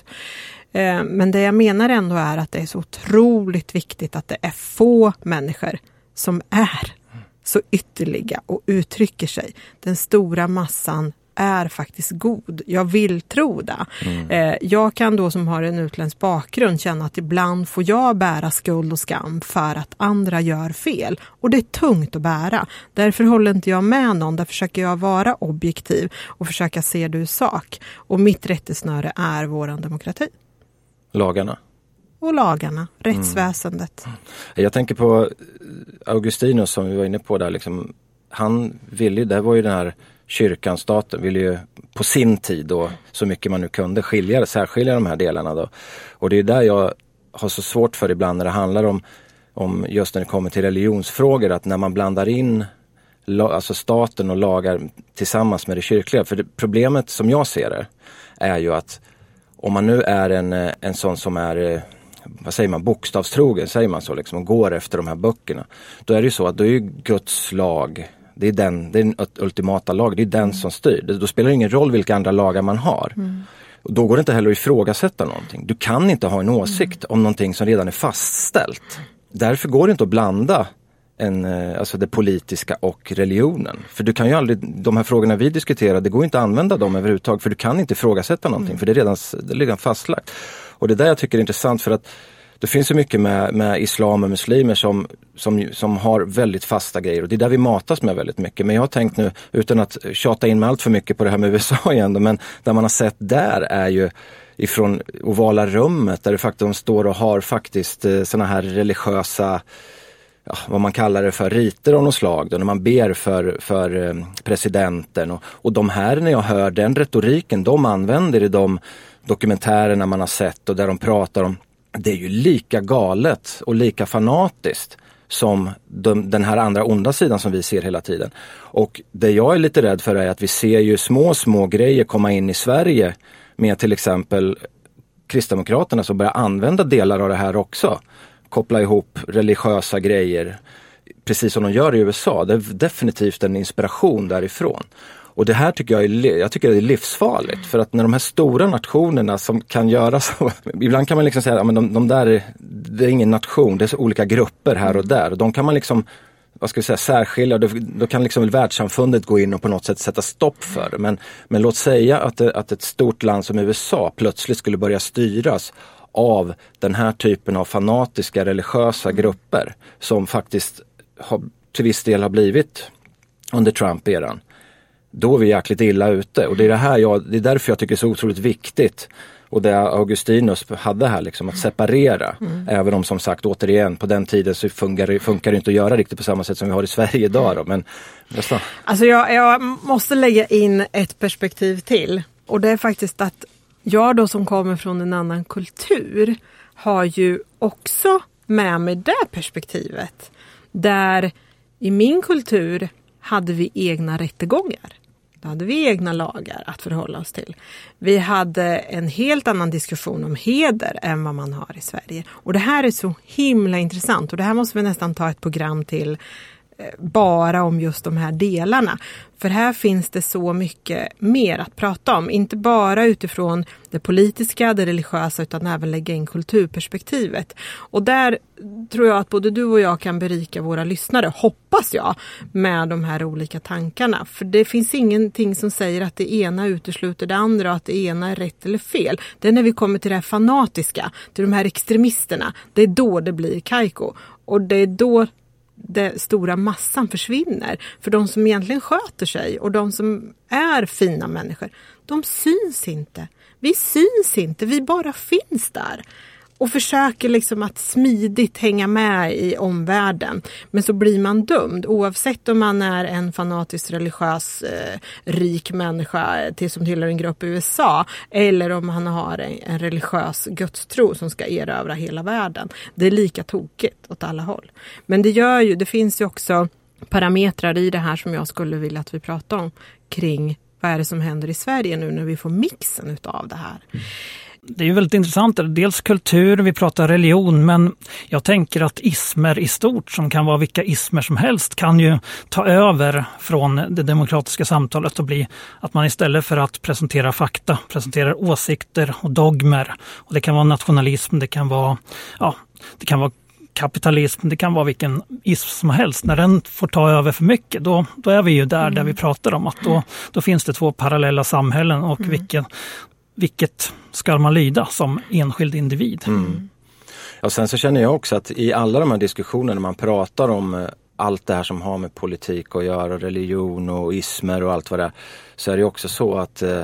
Men det jag menar ändå är att det är så otroligt viktigt att det är få människor som är så ytterliga och uttrycker sig. Den stora massan är faktiskt god. Jag vill tro det. Mm. Eh, jag kan då som har en utländsk bakgrund känna att ibland får jag bära skuld och skam för att andra gör fel. Och det är tungt att bära. Därför håller inte jag med någon. Där försöker jag vara objektiv och försöka se det ur sak. Och mitt rättesnöre är våran demokrati. Lagarna. Och lagarna, rättsväsendet. Mm. Jag tänker på Augustinus som vi var inne på där. Liksom, han ville ju, det var ju den här kyrkan, staten, ville ju på sin tid då, så mycket man nu kunde skilja, särskilja de här delarna då. Och det är där jag har så svårt för ibland när det handlar om, om just när det kommer till religionsfrågor, att när man blandar in alltså staten och lagar tillsammans med det kyrkliga. För det, problemet som jag ser det är ju att om man nu är en, en sån som är, vad säger man, bokstavstrogen, säger man så liksom, och går efter de här böckerna, då är det ju så att då är ju Guds lag, det är den, det är den ultimata lag, det är den mm. som styr. Då spelar det ingen roll vilka andra lagar man har. Mm. Och då går det inte heller att ifrågasätta någonting. Du kan inte ha en åsikt mm. om någonting som redan är fastställt. Därför går det inte att blanda en, alltså det politiska och religionen. För du kan ju aldrig, de här frågorna vi diskuterar, det går inte att använda dem överhuvudtaget, för du kan inte ifrågasätta någonting, mm. för det är, redan, det är redan fastlagt. Och det där jag tycker är intressant, för att det finns så mycket med, med islam och muslimer som, som, som har väldigt fasta grejer, och det är där vi matas med väldigt mycket. Men jag har tänkt nu, utan att tjata in med allt för mycket på det här med U S A igen, men där man har sett där är ju ifrån ovala rummet, där det faktiskt står och har faktiskt såna här religiösa, ja, vad man kallar det för, riter av något slag då, när man ber för, för eh, presidenten. Och, och de här, när jag hör den retoriken de använder i de, dokumentärerna man har sett och där de pratar om, det är ju lika galet och lika fanatiskt som de, den här andra onda sidan som vi ser hela tiden. Och det jag är lite rädd för är att vi ser ju små, små grejer komma in i Sverige med till exempel Kristdemokraterna som börjar använda delar av det här också. Koppla ihop religiösa grejer, precis som de gör i U S A. Det är definitivt en inspiration därifrån. Och det här tycker jag är, jag tycker det är livsfarligt. För att när de här stora nationerna som kan göra så, ibland kan man liksom säga att de, de där, det är ingen nation, det är så olika grupper här och där. Och de kan man liksom, vad ska vi säga, särskilja, då, då kan liksom världssamfundet gå in och på något sätt sätta stopp för det. Men, men låt säga att, det, att ett stort land som U S A plötsligt skulle börja styras av den här typen av fanatiska religiösa grupper som faktiskt har, till viss del har blivit under Trump-eran. Då är vi jäkligt illa ute. Och det är, det här jag, det är därför jag tycker det är så otroligt viktigt. Och det Augustinus hade här liksom, att separera. Mm. Även om som sagt återigen på den tiden så funkar, funkar det inte att göra riktigt på samma sätt som vi har i Sverige idag. Då. Men, alltså jag, jag måste lägga in ett perspektiv till. Och det är faktiskt att jag då som kommer från en annan kultur har ju också med mig det perspektivet. Där i min kultur hade vi egna rättegångar. Då hade vi egna lagar att förhålla oss till. Vi hade en helt annan diskussion om heder än vad man har i Sverige. Och det här är så himla intressant. Och det här måste vi nästan ta ett program till bara om just de här delarna. För här finns det så mycket mer att prata om. Inte bara utifrån det politiska, det religiösa, utan även lägga in kulturperspektivet. Och där tror jag att både du och jag kan berika våra lyssnare, hoppas jag, med de här olika tankarna. För det finns ingenting som säger att det ena utesluter det andra och att det ena är rätt eller fel. Det är när vi kommer till det här fanatiska, till de här extremisterna, det är då det blir kajko. Och det är då den stora massan försvinner. För de som egentligen sköter sig och de som är fina människor, de syns inte. Vi syns inte, vi bara finns där. Och försöker liksom att smidigt hänga med i omvärlden. Men så blir man dömd. Oavsett om man är en fanatisk religiös eh, rik människa till som tillhör en grupp i U S A. Eller om han har en, en religiös gudstro som ska erövra hela världen. Det är lika tokigt åt alla håll. Men det gör ju, det finns ju också parametrar i det här som jag skulle vilja att vi pratar om. Kring vad är det som händer i Sverige nu när vi får mixen utav det här. Det är ju väldigt intressant. Dels kultur, vi pratar religion, men jag tänker att ismer i stort, som kan vara vilka ismer som helst, kan ju ta över från det demokratiska samtalet och bli att man istället för att presentera fakta presenterar åsikter och dogmer. Och det kan vara nationalism, det kan vara, ja, det kan vara kapitalism, det kan vara vilken ism som helst. När den får ta över för mycket, då, då är vi ju där, mm. där vi pratar om att då, då finns det två parallella samhällen och mm. vilken vilket ska man lyda som enskild individ. Mm. Och sen så känner jag också att i alla de här diskussionerna när man pratar om allt det här som har med politik att göra, religion och ismer och allt vad det är, så är det också så att eh,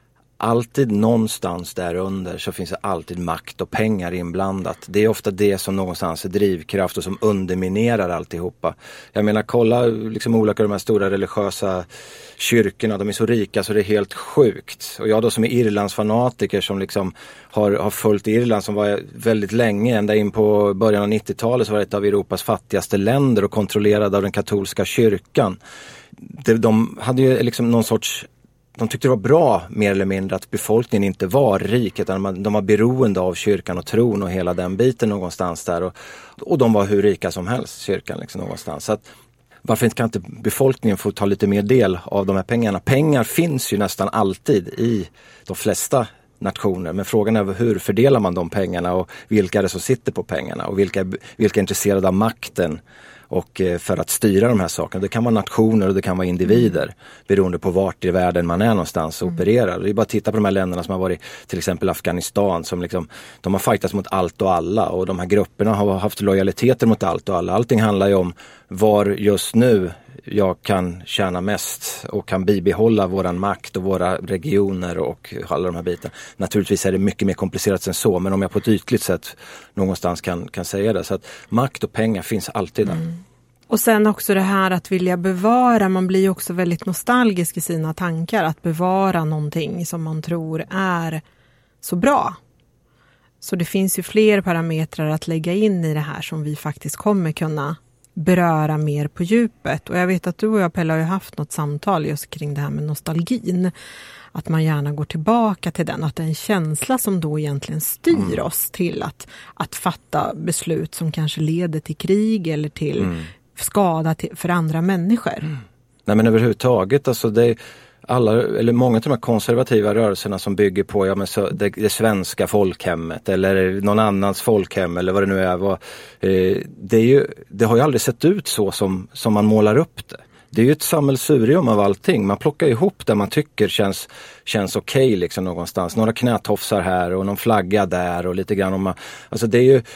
alltid någonstans där under så finns det alltid makt och pengar inblandat. Det är ofta det som någonstans är drivkraft och som underminerar alltihopa. Jag menar, kolla liksom olika de här stora religiösa kyrkorna, de är så rika så det är helt sjukt. Och jag då som är Irlands fanatiker som liksom har, har följt Irland, som var väldigt länge, ända in på början av nittiotalet så var det ett av Europas fattigaste länder och kontrollerad av den katolska kyrkan. De, de hade ju liksom någon sorts, de tyckte det var bra mer eller mindre att befolkningen inte var rik, utan de var beroende av kyrkan och tron och hela den biten någonstans där. Och, och de var hur rika som helst, kyrkan liksom någonstans. Så att, varför inte kan inte befolkningen få ta lite mer del av de här pengarna? Pengar finns ju nästan alltid i de flesta nationer, men frågan är hur fördelar man de pengarna och vilka är det som sitter på pengarna och vilka, vilka är intresserade av makten och för att styra de här sakerna. Det kan vara nationer och det kan vara individer beroende på vart i världen man är någonstans och mm. opererar. Det är bara att titta på de här länderna som har varit, till exempel Afghanistan, som liksom, de har fightats mot allt och alla och de här grupperna har haft lojaliteter mot allt och alla. Allting handlar ju om var just nu jag kan tjäna mest och kan bibehålla våran makt och våra regioner och alla de här bitarna. Naturligtvis är det mycket mer komplicerat än så, men om jag på ett ytligt sätt någonstans kan, kan säga det. Så att makt och pengar finns alltid där. Mm. Och sen också det här att vilja bevara, man blir också väldigt nostalgisk i sina tankar, att bevara någonting som man tror är så bra. Så det finns ju fler parametrar att lägga in i det här som vi faktiskt kommer kunna beröra mer på djupet. Och jag vet att du och jag, Pelle, har ju haft något samtal just kring det här med nostalgin. Att man gärna går tillbaka till den. Att det är en känsla som då egentligen styr mm. oss till att, att fatta beslut som kanske leder till krig eller till mm. skada till, för andra människor. Mm. Nej, men överhuvudtaget, alltså det är alla, eller många av de här konservativa rörelserna som bygger på ja, men så, det, det svenska folkhemmet eller någon annans folkhem eller vad det nu är. Vad, eh, det, är ju, det har ju aldrig sett ut så som, som man målar upp det. Det är ju ett sammelsurium av allting. Man plockar ihop det man tycker känns, känns okej okay, liksom någonstans. Några knätofsar här och någon flagga där och lite grann om man, alltså det är ju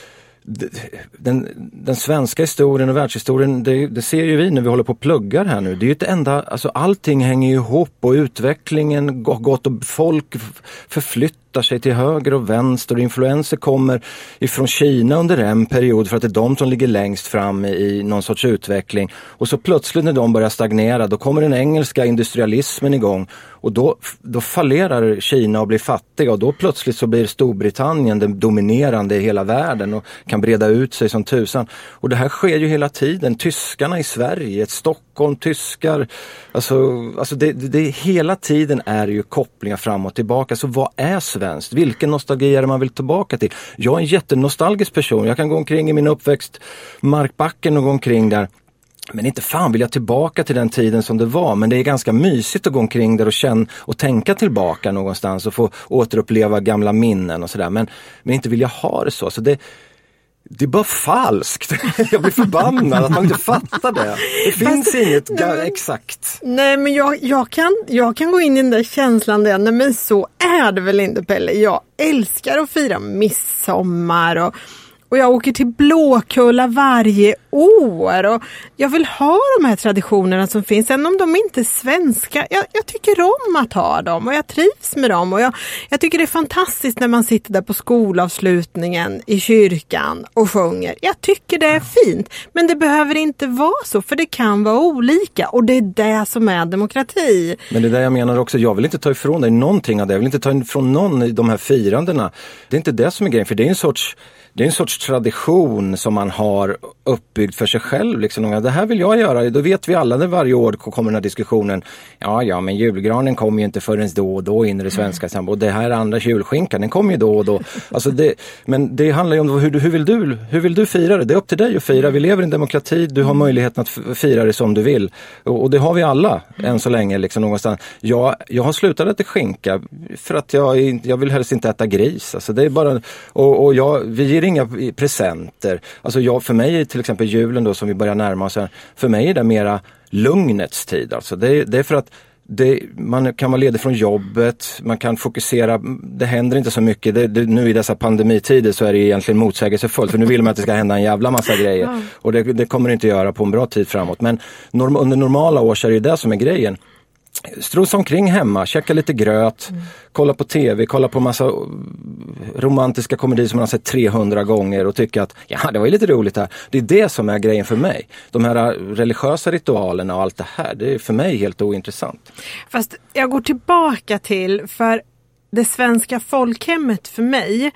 Den, den svenska historien och världshistorien, det, det ser ju vi när vi håller på och pluggar här nu. Det är ju ett enda, alltså allting hänger ju ihop och utvecklingen har gått och folk förflyttar sig till höger och vänster och influenser kommer ifrån Kina under en period för att det är de som ligger längst fram i någon sorts utveckling. Och så plötsligt när de börjar stagnera, då kommer den engelska industrialismen igång och då, då fallerar Kina och blir fattiga och då plötsligt så blir Storbritannien den dominerande i hela världen och kan breda ut sig som tusan. Och det här sker ju hela tiden. Tyskarna i Sverige, Stockholm, tyskar. Alltså, alltså det, det, det hela tiden är ju kopplingar fram och tillbaka. Så vad är svenskt? Vilken nostalgi är det man vill tillbaka till? Jag är en jättenostalgisk person. Jag kan gå omkring i min uppväxt Markbacken och gå omkring där. Men inte fan vill jag tillbaka till den tiden som det var. Men det är ganska mysigt att gå omkring där och känna och tänka tillbaka någonstans och få återuppleva gamla minnen och sådär. Men, men inte vill jag ha det så. Så det, det är bara falskt. Jag blir förbannad att man inte fattar det. Det finns Fast, inget nej, men, exakt. Nej, men jag, jag, kan, jag kan gå in i den där känslan där. Nej, men så är det väl inte, Pelle. Jag älskar att fira midsommar och Och jag åker till Blåkulla varje år och jag vill ha de här traditionerna som finns. Även om de inte är svenska. Jag, jag tycker om att ha dem och jag trivs med dem. Och jag, jag tycker det är fantastiskt när man sitter där på skolavslutningen i kyrkan och sjunger. Jag tycker det är fint. Men det behöver inte vara så för det kan vara olika. Och det är det som är demokrati. Men det är det jag menar också. Jag vill inte ta ifrån dig någonting av det. Jag vill inte ta ifrån någon i de här firandena. Det är inte det som är grejen. För det är en sorts... Det är en sorts tradition som man har uppbyggd för sig själv. Liksom. Det här vill jag göra. Då vet vi alla när varje år kommer den här diskussionen. Ja, ja, men julgranen kommer ju inte förrän då och då in i det svenska samhället. Och det här andra julskinkan, den kommer ju då och då. Alltså det, men det handlar ju om hur, hur, vill du, hur vill du fira det? Det är upp till dig att fira. Vi lever i en demokrati. Du har möjligheten att fira det som du vill. Och, och det har vi alla än så länge. Liksom, någonstans. Jag, jag har slutat äta skinka för att jag, jag vill helst inte äta gris. Alltså, det är bara, och, och jag, vi ger inga presenter. Alltså jag, för mig till exempel julen då som vi börjar närma oss här, för mig är det mera lugnets tid. Alltså det, det är för att det, man kan vara ledig från jobbet, man kan fokusera, det händer inte så mycket. Det, det, nu i dessa pandemitider så är det egentligen motsägelsefullt för nu vill man att det ska hända en jävla massa grejer. Och det, det kommer det inte göra på en bra tid framåt. Men norm, under normala år så är det det som är grejen. Strosa omkring hemma, käka lite gröt, mm. kolla på tv, kolla på massa romantiska komedier som man har sett trehundra gånger och tycka att ja, det var ju lite roligt här. Det är det som är grejen för mig. De här religiösa ritualerna och allt det här, det är för mig helt ointressant. Fast jag går tillbaka till, för det svenska folkhemmet för mig,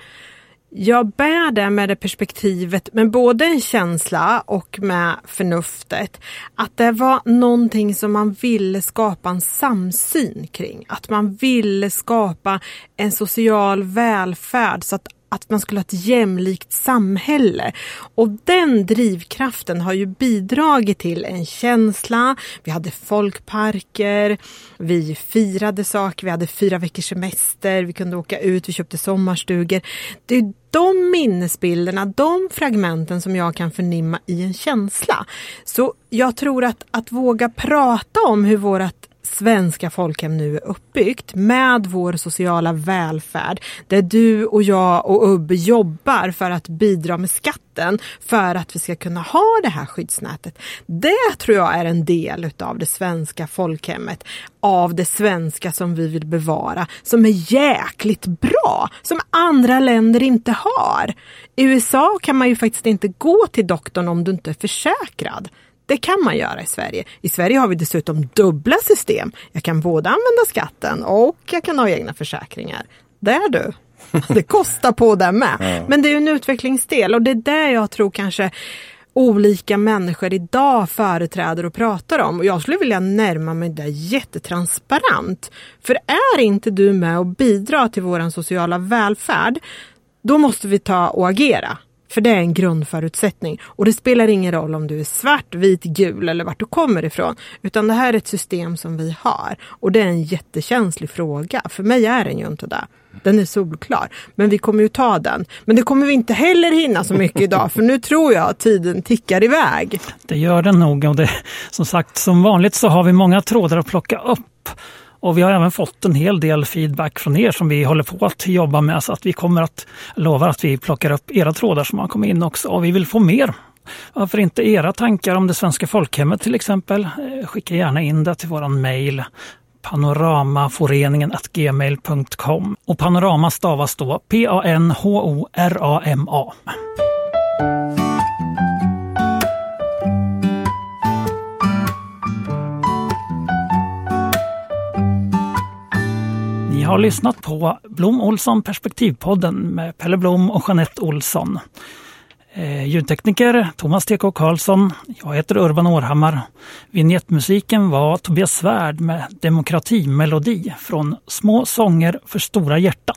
jag bär det med det perspektivet, med både en känsla och med förnuftet, att det var någonting som man ville skapa en samsyn kring. Att man ville skapa en social välfärd så att att man skulle ha ett jämlikt samhälle. Och den drivkraften har ju bidragit till en känsla. Vi hade folkparker, vi firade saker, vi hade fyra veckors semester, vi kunde åka ut, vi köpte sommarstugor. Det är de minnesbilderna, de fragmenten som jag kan förnimma i en känsla. Så jag tror att, att våga prata om hur vårat svenska folkhem nu är uppbyggt med vår sociala välfärd, där du och jag och Ubbe jobbar för att bidra med skatten för att vi ska kunna ha det här skyddsnätet. Det tror jag är en del av det svenska folkhemmet, av det svenska som vi vill bevara, som är jäkligt bra, som andra länder inte har. I U S A kan man ju faktiskt inte gå till doktorn om du inte är försäkrad. Det kan man göra i Sverige. I Sverige har vi dessutom dubbla system. Jag kan både använda skatten och jag kan ha egna försäkringar. Där du. Det kostar på det med. Ja. Men det är ju en utvecklingsdel och det är där jag tror kanske olika människor idag företräder och pratar om. Och jag skulle vilja närma mig det jättetransparent. För är inte du med och bidrar till vår sociala välfärd, då måste vi ta och agera. För det är en grundförutsättning. Och det spelar ingen roll om du är svart, vit, gul eller vart du kommer ifrån. Utan det här är ett system som vi har. Och det är en jättekänslig fråga. För mig är den ju inte det. Den är solklar. Men vi kommer ju ta den. Men det kommer vi inte heller hinna så mycket idag. För nu tror jag att tiden tickar iväg. Det gör den nog. Och det, som sagt, som vanligt så har vi många trådar att plocka upp. Och vi har även fått en hel del feedback från er som vi håller på att jobba med. Så att vi kommer att lova att vi plockar upp era trådar som har kommit in också. Och vi vill få mer. Varför inte era tankar om det svenska folkhemmet till exempel? Skicka gärna in det till våran mejl. panoramaforeningen at gmail punkt com. Och panorama stavas då P A N H O R A M A. Ni har lyssnat på Blom Olsson Perspektivpodden med Pelle Blom och Jeanette Olsson. Eh, ljudtekniker Thomas T K Karlsson, jag heter Urban Århammar. Vignettmusiken var Tobias Svärd med Demokratimelodi från Små sånger för stora hjärtan.